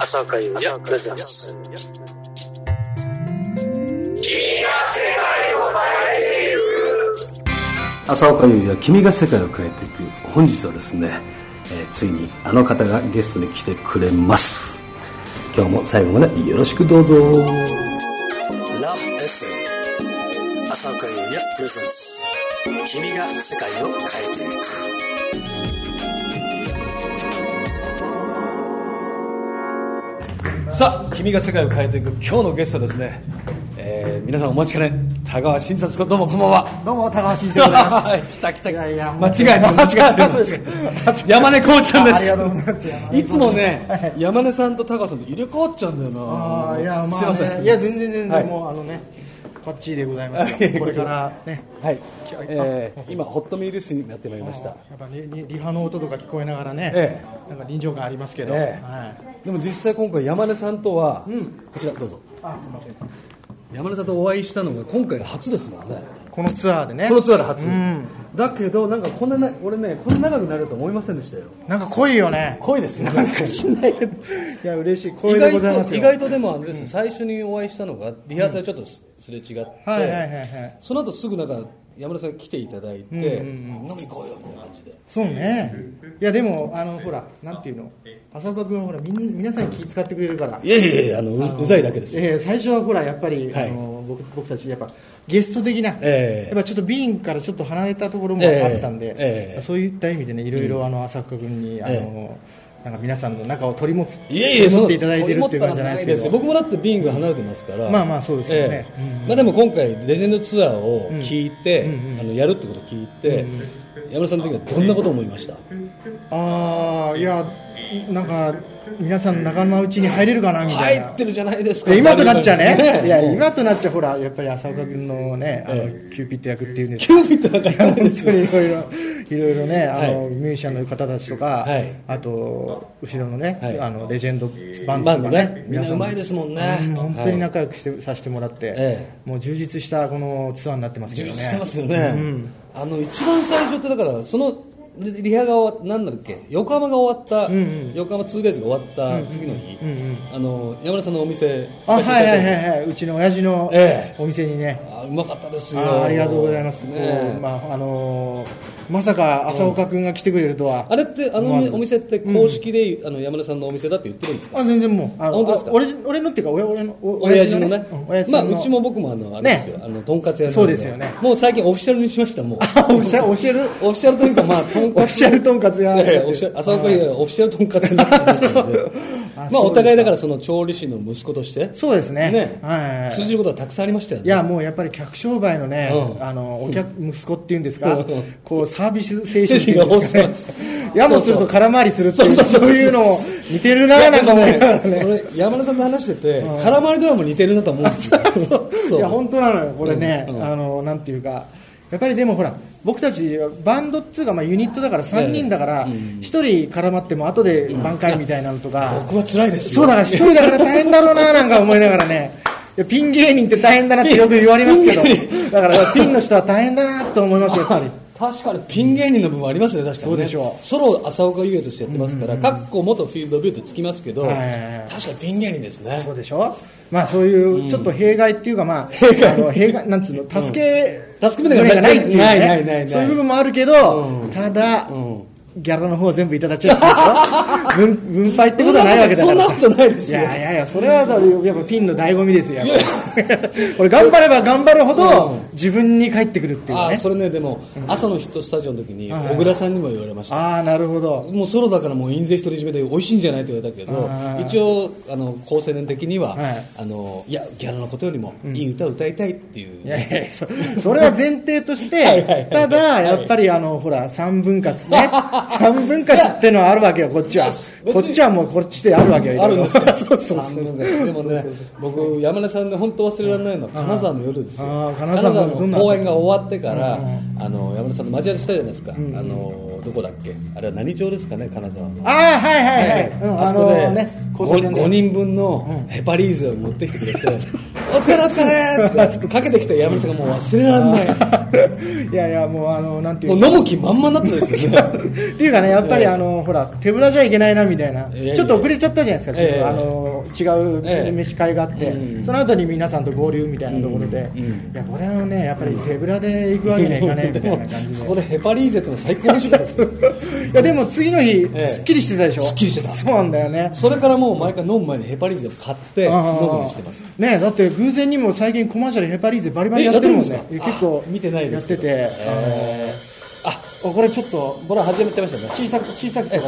浅岡優也プレゼンツ。浅岡優也、君が世界を変えていく。本日はですね、ついにあの方がゲストに来てくれます。今日も最後までよろしくどうぞ。ラブ FM 浅岡優也プレゼンツ。君が世界を変えていく。さあ、君が世界を変えていく今日のゲストですね、皆さんお待ちかね、田川晋作君、どうもこんばんは。 どうも、田川晋作でございます。 来た来た。 いやいや、 間違えない間違えない山根コーチさんです。 ありがとうございます。 いつもね、山根さんと田川さんと入れ替わっちゃうんだよな。 いや、まあ、すいません。いや、全然、はい、もうバッチリでございます。これからね。 はい。今ホットミール室になってまいりました。 やっぱリハの音とか聞こえながらね、なんか臨場感ありますけど。はい。 でも実際今回山根さんとは、こちらどうぞ。 あ、すみません。 山根さんとお会いしたのが今回が初ですもんね。 このツアーでね。 このツアーで初。だけどなんか俺ね、こんな長くなると思いませんでしたよ。 なんか濃いよね。 濃いですね。 なんかしないけど。いや、嬉しい。光栄でございますよ。 意外とでもです、最初にお会いしたのがリハーサルちょっとすれ違って、その後すぐなんか山根さん来ていただいて、飲み行こうよみたいな感じで。 そうね。いやでもほら、なんていうの、浅岡君はほら皆さんに気遣ってくれるから。 いやうざいだけですよ。 最初はほらやっぱり、僕たちやっぱゲスト的な、やっぱちょっとビーンからちょっと離れたところもあったんで、そういった意味でね、いろいろ浅岡君になんか皆さんの中を取り持っていただいてるっていう感じじゃないですけど、 僕もだってビーンが離れてますから。 まあそうですよね。 まあでも今回レジェンドツアーを聞いて、やるってことを聞いて、山根さんの時はどんなことを思いました？ いや、なんか皆さんの仲間内に入れるかなみたいな。 入ってるじゃないですか。 今となっちゃね。いや、今となっちゃほらやっぱり浅岡君のね、キューピッド役っていうんですか。 キューピッド役本当にいろいろね、ミュージシャンの方たちとか、あと後ろのね、レジェンドバンドとかね、 みんなうまいですもんね。 本当に仲良くさせてもらって、もう充実したこのツアーになってますけどね。 充実してますよね。一番最初ってだからそのリハがなんだっけ、横浜が終わった、横浜 2days が終わった次の日、山根さんのお店、 はい、うちの親父のお店にね、 うまかったですよ。 ありがとうございます。まさか浅岡君が来てくれるとは。 あれってお店って公式で山根さんのお店だって言ってるんですか？ 全然もう本当ですか？ 俺のっていうか親の親父のね。まあうちも僕もあれですよ、とんかつ屋の。 そうですよね。 もう最近オフィシャルにしました。もうオフィシャルというか、まあオフィシャルとんかつ屋。 浅岡優オフィシャルとんかつになってましたので、まあお互いだからその調理師の息子として、 そうですね。 通じることはたくさんありましたよね。 いや、もうやっぱり客商売のね、息子っていうんですか、こうサービス精神っていうんですかね。やもすると空回りするっていう、そういうのも似てるな、なんかね。 俺山根さんと話してて、空回りドラも似てるなと思うんですよ。 いや本当なのよ、これね。なんていうか、やっぱりでもほら、僕たちバンドっつうか、ユニットだから3人だから1人絡まっても後で挽回みたいなのとか、 僕は辛いですよ。 そうだから1人だから大変だろうななんか思いながらね、ピン芸人って大変だなってよく言われますけど、だからピンの人は大変だなと思いますよ。やっぱり確かにピン芸人の部分ありますね。確かにそうでしょう。 ソロ浅岡優也としてやってますから、かっこ元フィールドビューってつきますけど、確かにピン芸人ですね。 そうでしょ。まあそういうちょっと弊害っていうか、弊害なんつうの、助け舟がないっていうね、そういう部分もあるけど、ただギャラの方全部いただっちゃうんですよ。分配ってことはないわけだから。 そんなことないですよ。 いや、それはやっぱピンの醍醐味ですよ。これ頑張れば頑張るほど自分に返ってくるっていうね。 それね、でも朝のヒットスタジオの時に小倉さんにも言われました。 なるほど。 もうソロだからもう印税独り占めで美味しいんじゃないと言われたけど、一応高青年的には、いやギャラのことよりもいい歌を歌いたいっていう。 いやそれは前提として、ただやっぱりほら三分割ね。三分割っていうのはあるわけよ、こっちは。こっちはもうこっちであるわけよ。 あるんですか？ そう。 でもね、僕山根さんで本当忘れられないのは金沢の夜ですよ。 金沢の公演が終わってから山根さんと待ち合わせしたじゃないですか。どこだっけ、あれは何町ですかね、金沢の。あそこで5人分のヘパリーゼを持ってきてくれて、お疲れってかけてきた山根さんがもう忘れられない。 いやいや、もうなんていうもう飲む気満々になってですよねっていうかね、やっぱりほら手ぶらじゃいけないなみたいな、ちょっと遅れちゃったじゃないですか、違う飯会があって、その後に皆さんと合流みたいなところで、いやこれはねやっぱり手ぶらで行くわけにはいかねえみたいな感じでそこでヘパリーゼっての最高でしたですよいやでも次の日すっきりしてたでしょ。 すっきりしてた。 そうなんだよね。 それからもう毎回飲む前にヘパリーゼを買って飲むようにしてますね。だって偶然にも最近コマーシャルヘパリーゼバリバリやってるもんね。結構見てないですやってて、これちょっとこれ始めちゃいましたね。 小さくとかできるんだっ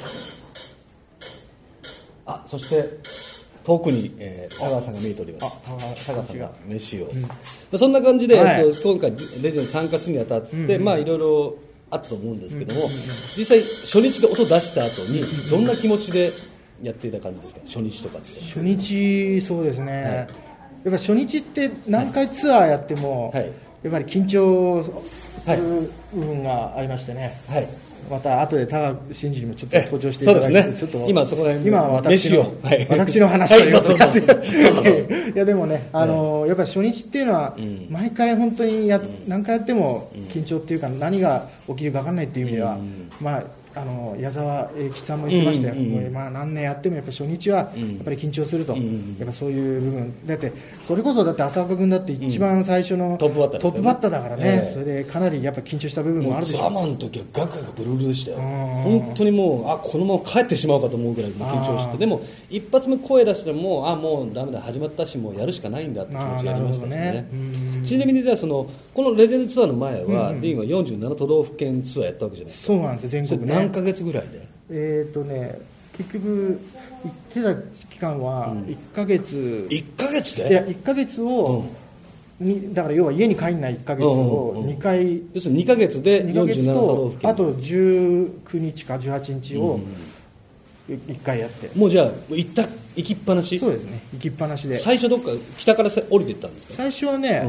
け。そして遠くに田川さんが見えております。 田川さんが飯を、そんな感じで、今回レジェンド参加するにあたって、いろいろあったと思うんですけども、実際初日で音出した後にどんな気持ちでやっていた感じですか、初日とかって。 初日、そうですね、やっぱ初日って何回ツアーやっても、やっぱり緊張する部分がありましてね、また後で田川真司にもちょっと登場していただいて、ちょっと今そこら辺今私の話ということで、いやでもね、やっぱり初日っていうのは毎回本当に何回やっても緊張っていうか、何が起きるか分かんないっていう意味では、まあ矢沢永吉さんも言ってましたよ、まあ何年やってもやっぱ初日はやっぱり緊張すると、やっぱそういう部分だって、それこそだって浅岡君だって一番最初のトップバッターだからね、それでかなりやっぱ緊張した部分もあるでしょ。 ザマの時はガクガクブルブルでしたよ。本当にもうこのまま帰ってしまうかと思うぐらい緊張して、でも一発目声出してももうダメだ、始まったしもうやるしかないんだって気持ちがありましたしね。ちなみにじゃあこのレジェンドツアーの前はディーンは47都道府県ツアーやったわけじゃないですか。 そうなんですよ、全国ね。 何ヶ月ぐらいで。 結局行ってた期間は1ヶ月、 1ヶ月で。 いや1ヶ月を、だから要は家に帰んない1ヶ月を2回、 要するに2ヶ月で47都道府県、 あと19日か18日を1回やって、 もうじゃあ行きっぱなし。 そうですね、行きっぱなしで。 最初どっか北から降りていったんですか。 最初はね、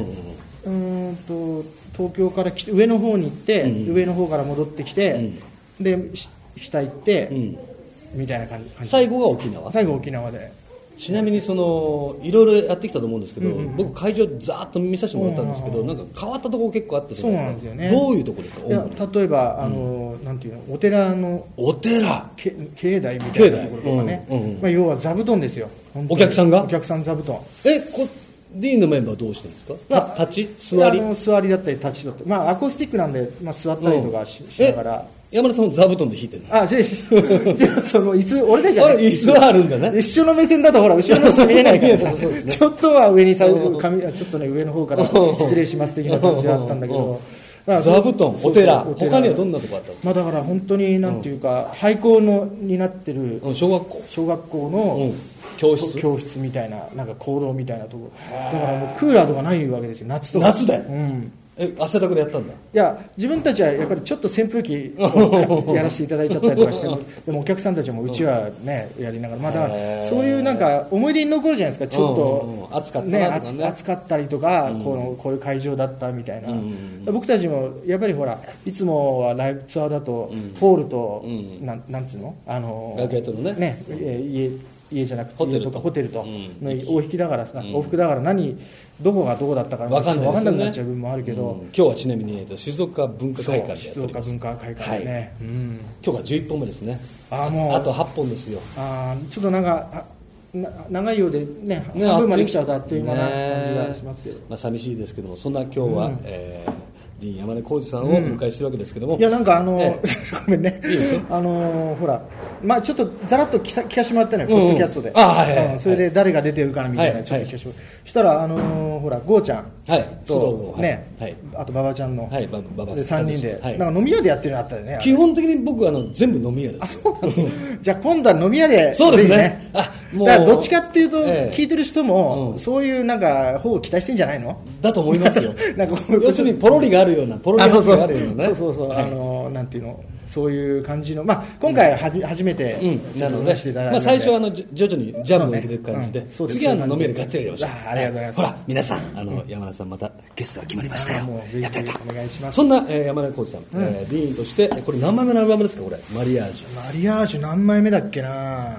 東京から上の方に行って、上の方から戻ってきて、で下行って、みたいな感じ。 最後が沖縄。 最後沖縄で。 ちなみにいろいろやってきたと思うんですけど、僕会場ざーっと見させてもらったんですけど、なんか変わったところ結構あって。 そうなんですよね。 どういうところですか。 いや例えばなんていうの、お寺の境内みたいなところとかね、要は座布団ですよ。 お客さん座布団。 ディーンのメンバーはどうしてるんですか。立ち座り。 座りだったり立ちだったり、アコースティックなんで、座ったりとかしながら。 山田さんも座布団で弾いてるの。 その椅子、俺たちはね、 椅子はあるんだね。 一緒の目線だとほら後ろの人見えないからさちょっとは上にちょっとね上の方から失礼します的な感じだったんだけど、 座布団、お寺、他にはどんなとこあったんですか。 だから本当になんていうか、廃校になってる小学校の教室みたいな、なんか講堂みたいなところだから、もうクーラーとかないわけですよ、夏とか。 夏だよ。汗だくでやったんだ。 いや、自分たちはやっぱりちょっと扇風機をやらせていただいちゃったりとかしてでもお客さんたちもうちはねやりながら、まだそういうなんか思い出に残るじゃないですか。ちょっと暑かったね、 暑かったりとか、こういう会場だったみたいな。僕たちもやっぱりほら、いつもはライブツアーだとホールとなんつうの、 楽屋とのね、 家じゃなくてホテルとの往復だからさ、往復だからどこがどこだったか分かんなくなっちゃう部分もあるけど、 今日はちなみに静岡文化会館でやっております。 静岡文化会館でね、 今日が11本目ですね。あと8本ですよ。 ちょっと長いようでね、半分まで来ちゃうとあっという間な感じがしますけど、 寂しいですけども、そんな今日はディーン山根浩二さんをお迎えしてるわけですけども、 いやなんかごめんね、ほら、ちょっとざらっと聞かせてもらったのよ、ポッドキャストで。それで誰が出てるかなみたいな、ちょっと聞かせてもらった。したらほら、ゴーちゃんとね、あと馬場ちゃんの3人でなんか飲み屋でやってるのあったよね。 基本的に僕は全部飲み屋です。 じゃあ今度は飲み屋で。 そうですね。 だからどっちかっていうと聞いてる人もそういうなんか方を期待してんじゃないのだと思いますよ。要するにポロリがあるような、ポロリがあるようなね。 そうなんていうの、そういう感じの、今回は初めてなので、最初は徐々にジャブを入れる感じで、次は飲み屋でガッツリやりましょう。 ありがとうございます。 ほら皆さん、山田さんまたゲストが決まりましたよ。 やったお願いします。 そんな山田浩二さん、ディーンとしてこれ何枚目のアルバムですか。これマリアージュ何枚目だっけ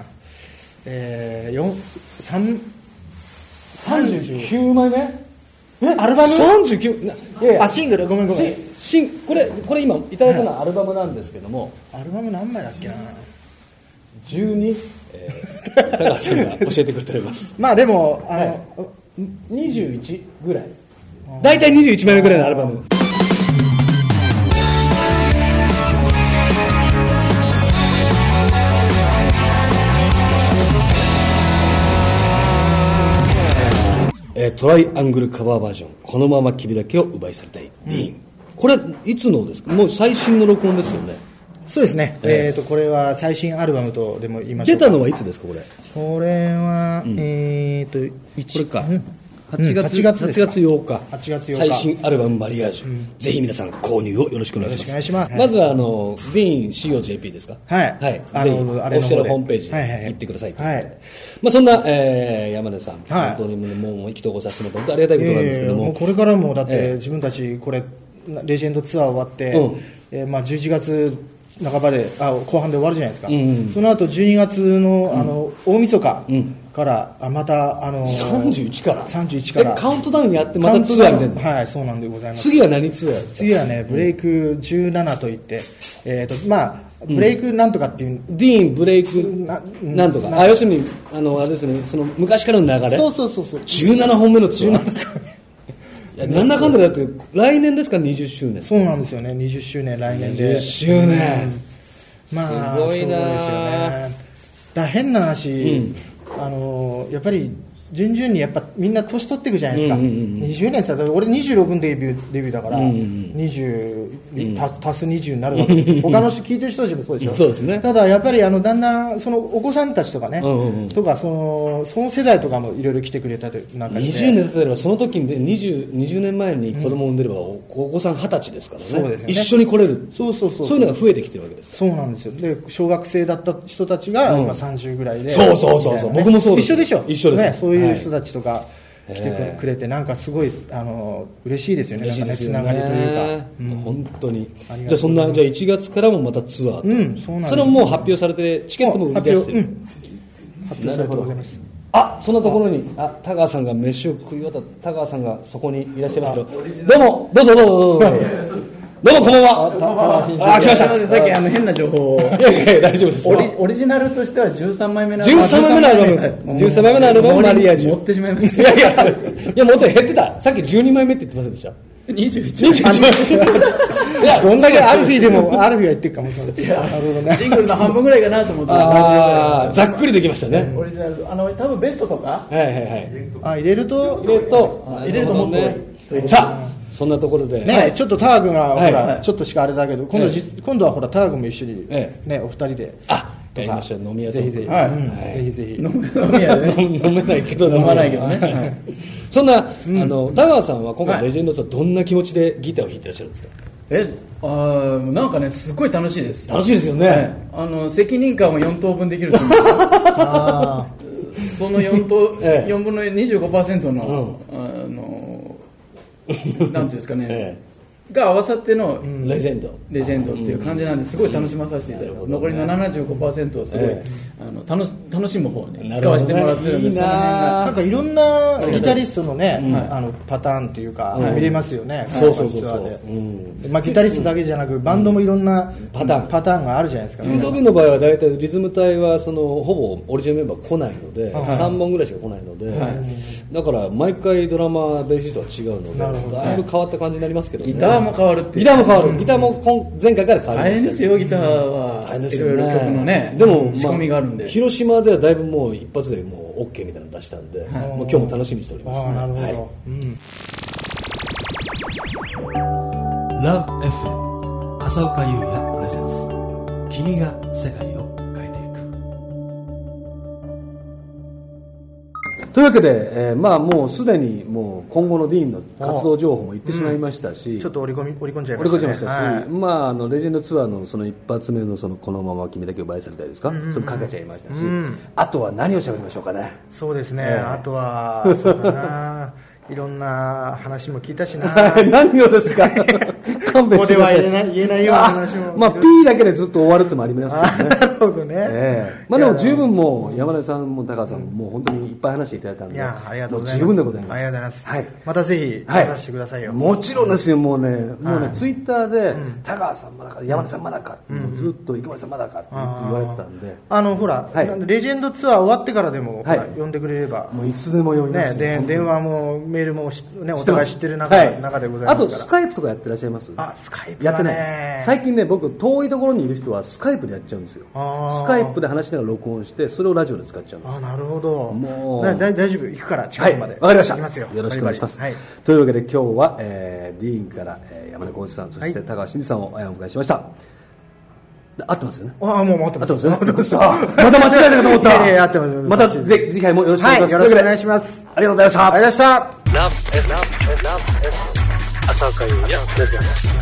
な。39 枚目。 アルバム 39、 シングル、ごめん。これ今いただいたのはアルバムなんですけども、 アルバム何枚だっけな、 12、高橋さんが教えてくれております。 まあでも 21ぐらい、大体21枚目ぐらいのアルバム。トライアングルカバーバージョン、このまま君だけを奪い去りたい、ディーン。これいつのですか？もう最新の録音ですよね。 そうですね、これは最新アルバムとでも言いましょうか。 出たのはいつですか？これは、 これか、8月8日最新アルバムマリアージュ、ぜひ皆さん購入をよろしくお願いします。まずはディーン COJP ですか？はい、ぜひオフィシャルホームページ行ってください。そんな山根さん、本当にもう意気投合させてもらって本当ありがたいことなんですけども、 これからもだって自分たちこれレジェンドツアー終わって、11月半ばで後半で終わるじゃないですか、その後12月の、大晦日からまた 31からカウントダウンやってまたツアーに出るの？ はい、そうなんでございます。 次は何ツアーですか？ 次はね、ブレイク17といって、ブレイクなんとかっていう、 ディーンブレイクなんとか、要するにあれですね、その昔からの流れ、そう17本目のツアーなんだかんだだって来年ですか？20周年。 そうなんですよね、20周年来年で。 20周年、 すごいな。そうですよね。変な話、やっぱり順々にやっぱみんな年取っていくじゃないですか。20年って言ったら俺26のデビューだから、20足す20になるわけですよ。他の人聞いてる人たちもそうでしょ。 そうですね。 ただやっぱりだんだんそのお子さんたちとかね、とかその世代とかもいろいろ来てくれたという中で、 20年経てればその時に20年前に子供を産んでればお子さん20歳ですからね。そうですよね。一緒に来れる。そういうのが増えてきてるわけですから。 そうなんですよ。で小学生だった人たちが今30ぐらいで、 そう僕もそうです。 一緒でしょ。 一緒です。 そういう人たちとか来てくれて、なんかすごい嬉しいですよね。なんかつながりというか、 本当に。じゃあそんなじゃあ1月からもまたツアーと、それももう発表されてチケットも売り出してる。 発表されております。 そんなところに田川さんが飯を食い終わった田川さんがそこにいらっしゃいますけど、どうもどうぞどうもこんばんは。来ました。 さっき変な情報を。 大丈夫です。 オリジナルとしては13枚目のアルバム。13枚目のアルバムマリアージュ。 持ってしまいました。 いや持って減ってた。さっき12枚目って言ってませんでした ？21。 いやどんだけアルフィーでもアルフィーは言ってるかもしれない。なるほどね。 シングルの半分ぐらいかなと思って。 ざっくりできましたね。 オリジナル多分ベストとか。 入れるともっと。 さあ。そんなところでね、ちょっとターグがほらちょっとしかあれだけど、今度はほらターグも一緒にねお二人でやりましょう。飲み屋とぜひぜひ飲めないけど飲まないけどね。 そんな田川さんは今回レジェンドツアーどんな気持ちでギターを弾いてらっしゃるんですか？ なんかねすごい楽しいです。 楽しいですよね。 責任感を4等分できると思うんですよ。その4分の 25% のなんていうんですかね、が合わさってのレジェンドっていう感じなんですごい楽しまさせていただきます。残りの 75% をすごい楽しむ方に使わせてもらってるんです。 なんかいろんなギタリストのねパターンっていうか見れますよね。そうギタリストだけじゃなくバンドもいろんなパターンがあるじゃないですか。 キルドビの場合は大体リズム隊はほぼオリジナルメンバー来ないので3本ぐらいしか来ないので、だから毎回ドラマベーシストは違うのでだいぶ変わった感じになりますけど、 ギターも変わるっていう。 ギターも前回から変わりました。 大変ですよギターは。大変ですよね。いろいろ曲のね。 でも仕込みがあるんで。 広島ではだいぶもう一発でもう OK みたいなの出したんで、もう今日も楽しみにしております。 なるほど。 Love FM 浅岡優也プレゼンス、君が世界を変えていく。というわけで、もうすでにもう今後のディーンの活動情報も言ってしまいましたし、 ちょっと織り込んじゃいましたし、レジェンドツアーのその一発目のこのまま君だけ奪いされたいですか、それかけちゃいましたし、あとは何を喋りましょうかね。 そうですね、あとはそうだないろんな話も聞いたしな。 何をですか。 ここでは言えないような話も。 P だけでずっと終わるってもありますけどね。 ほどね。 まあでも十分もう山根さんも高橋さんももう本当にいっぱい話していただいたんで、 いやありがとうございます。 十分でございます。 ありがとうございます。はい。またぜひ話してくださいよ。 もちろんですよ。もうねツイッターで高橋さんまだか山根さんまだかってずっと生駒さんまだかって言われてたんで、 ほらレジェンドツアー終わってからでも呼んでくれればもういつでも呼びます。 ね、電話もメールもねお互い知ってる中でございますから。 あとスカイプとかやってらっしゃいます？ スカイプやってない。最近ね僕遠いところにいる人はスカイプでやっちゃうんですよ。スカイプで話しながら録音してそれをラジオで使っちゃうんです。 なるほど。 もう大丈夫行くから近くまで。 わかりました。 行きますよ。 よろしくお願いします。というわけで今日はディーンから山根浩一さんそして高橋真二さんをお迎えしました。合ってますよね。 もう合ってますよね。 また間違えたかと思った。 合ってます。 また次回もよろしくお願いします。 よろしくお願いします。 ありがとうございました。 ありがとうございました。 ラブ FM 浅岡優也プレゼンツ。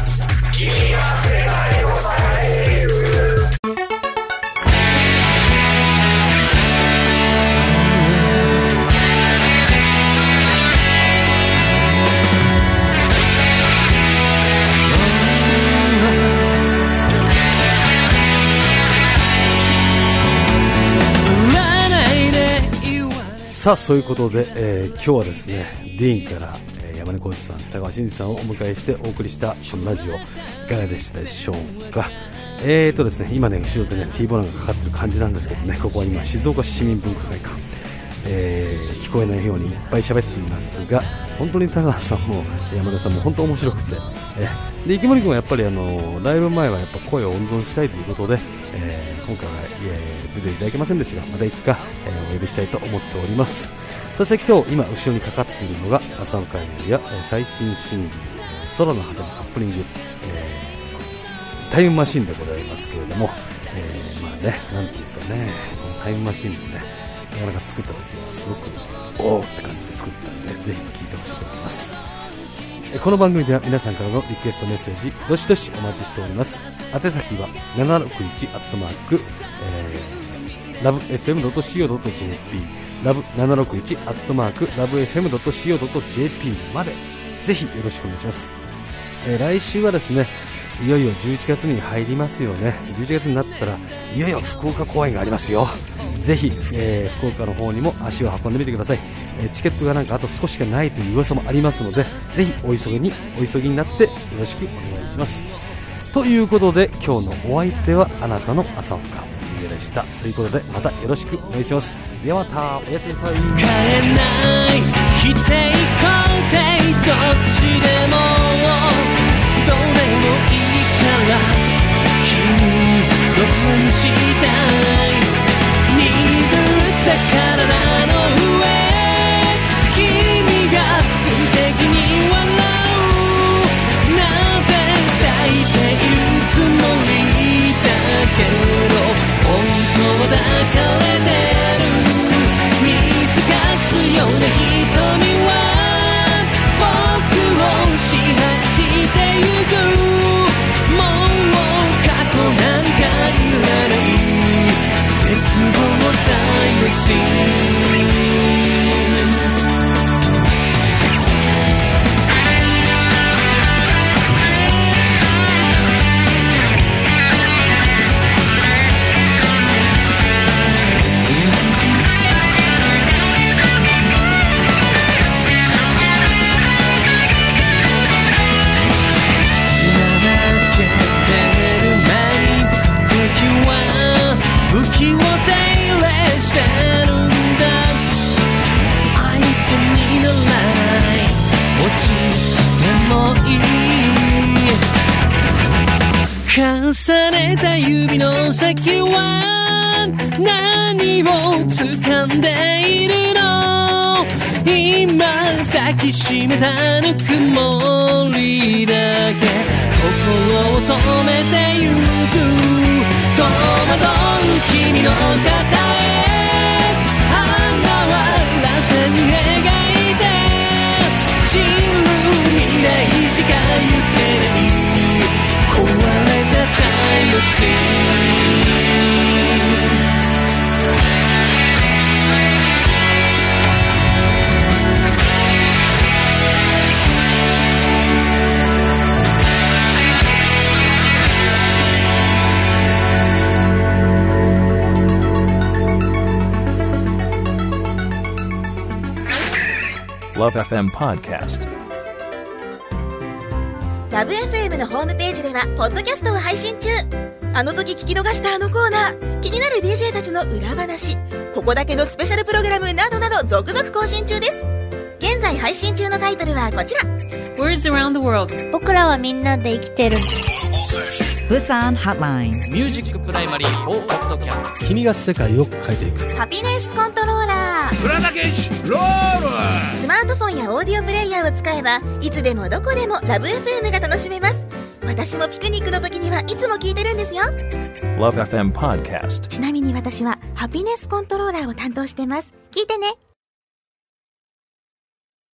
さあそういうことで、今日はですねディーンから、山根浩一さん高橋真二さんをお迎えしてお送りしたこのラジオいかがでしたでしょうか。ですね今ね後ろでね T ボランがかかってる感じなんですけどね、ここは今静岡市民文化会館、聞こえないようにいっぱい喋っていますが本当に高橋さんも山田さんも本当面白くて、で池森君はやっぱりライブ前はやっぱ声を温存したいということで、今回は出ていただけませんでしたがまたいつか、お呼びしたいと思っております。そして今後ろにかかっているのが浅岡優や最新シングル空の果てのカップリング、タイムマシンでございますけれども、まあねなんていうかねこのタイムマシンでねなかなか作った時はすごくおーって感じで作ったのでぜひ聴いてほしいと思います。この番組では皆さんからのリクエストメッセージどしどしお待ちしております。宛先は761@lovefm.co.jp love761@lovefm.co.jp までぜひよろしくお願いします。来週はですねいよいよ11月に入りますよね。11月になったらいよいよ福岡公演がありますよ。ぜひ、福岡の方にも足を運んでみてください。チケットがなんかあと少ししかないという噂もありますのでぜひお急ぎになってよろしくお願いします。ということで今日のお相手はあなたの浅岡優也でした。ということでまたよろしくお願いします。ではまたおやすみなさい。 変えない否定肯定どっちでもどれもいいから君独占したい鈍った体の上君が不敵に笑うなぜ抱いているつもりだけど本当抱かれてる見透かすような瞳は僕を支配してゆくもう過去なんかいらない絶望タイムシーン武器を手入れしてるんだ相手にならない落ちてもいい重ねた指の先は何を掴んでいるの今抱きしめたぬくもりだけ心を染めてゆく戸惑う君の肩へ花はらせに描いて散る未来しか行けない壊れたタイムシーン LoveFM Podcast。 ラブ FM のホームページではポッドキャストを配信中。あの時聞き逃したあのコーナー、気になる DJ たちの裏話、ここだけのスペシャルプログラムなどなど続々更新中です。現在配信中のタイトルはこちら。 Words Around the World。 僕らはみんなで生きてる。 ブサンハッライン。 ミュージックプライマリー4ポッドキャスト。 君が世界を変えていく。 ハピネスコントローラー。 プラダケシロール。 スマートフォンやオーディオプレイヤーを使えばいつでもどこでもラブ FM が楽しめます。私もピクニックの時にはいつも聞いてるんですよ。 LoveFM Podcast。 ちなみに私はハピネスコントローラーを担当してます。聞いてね。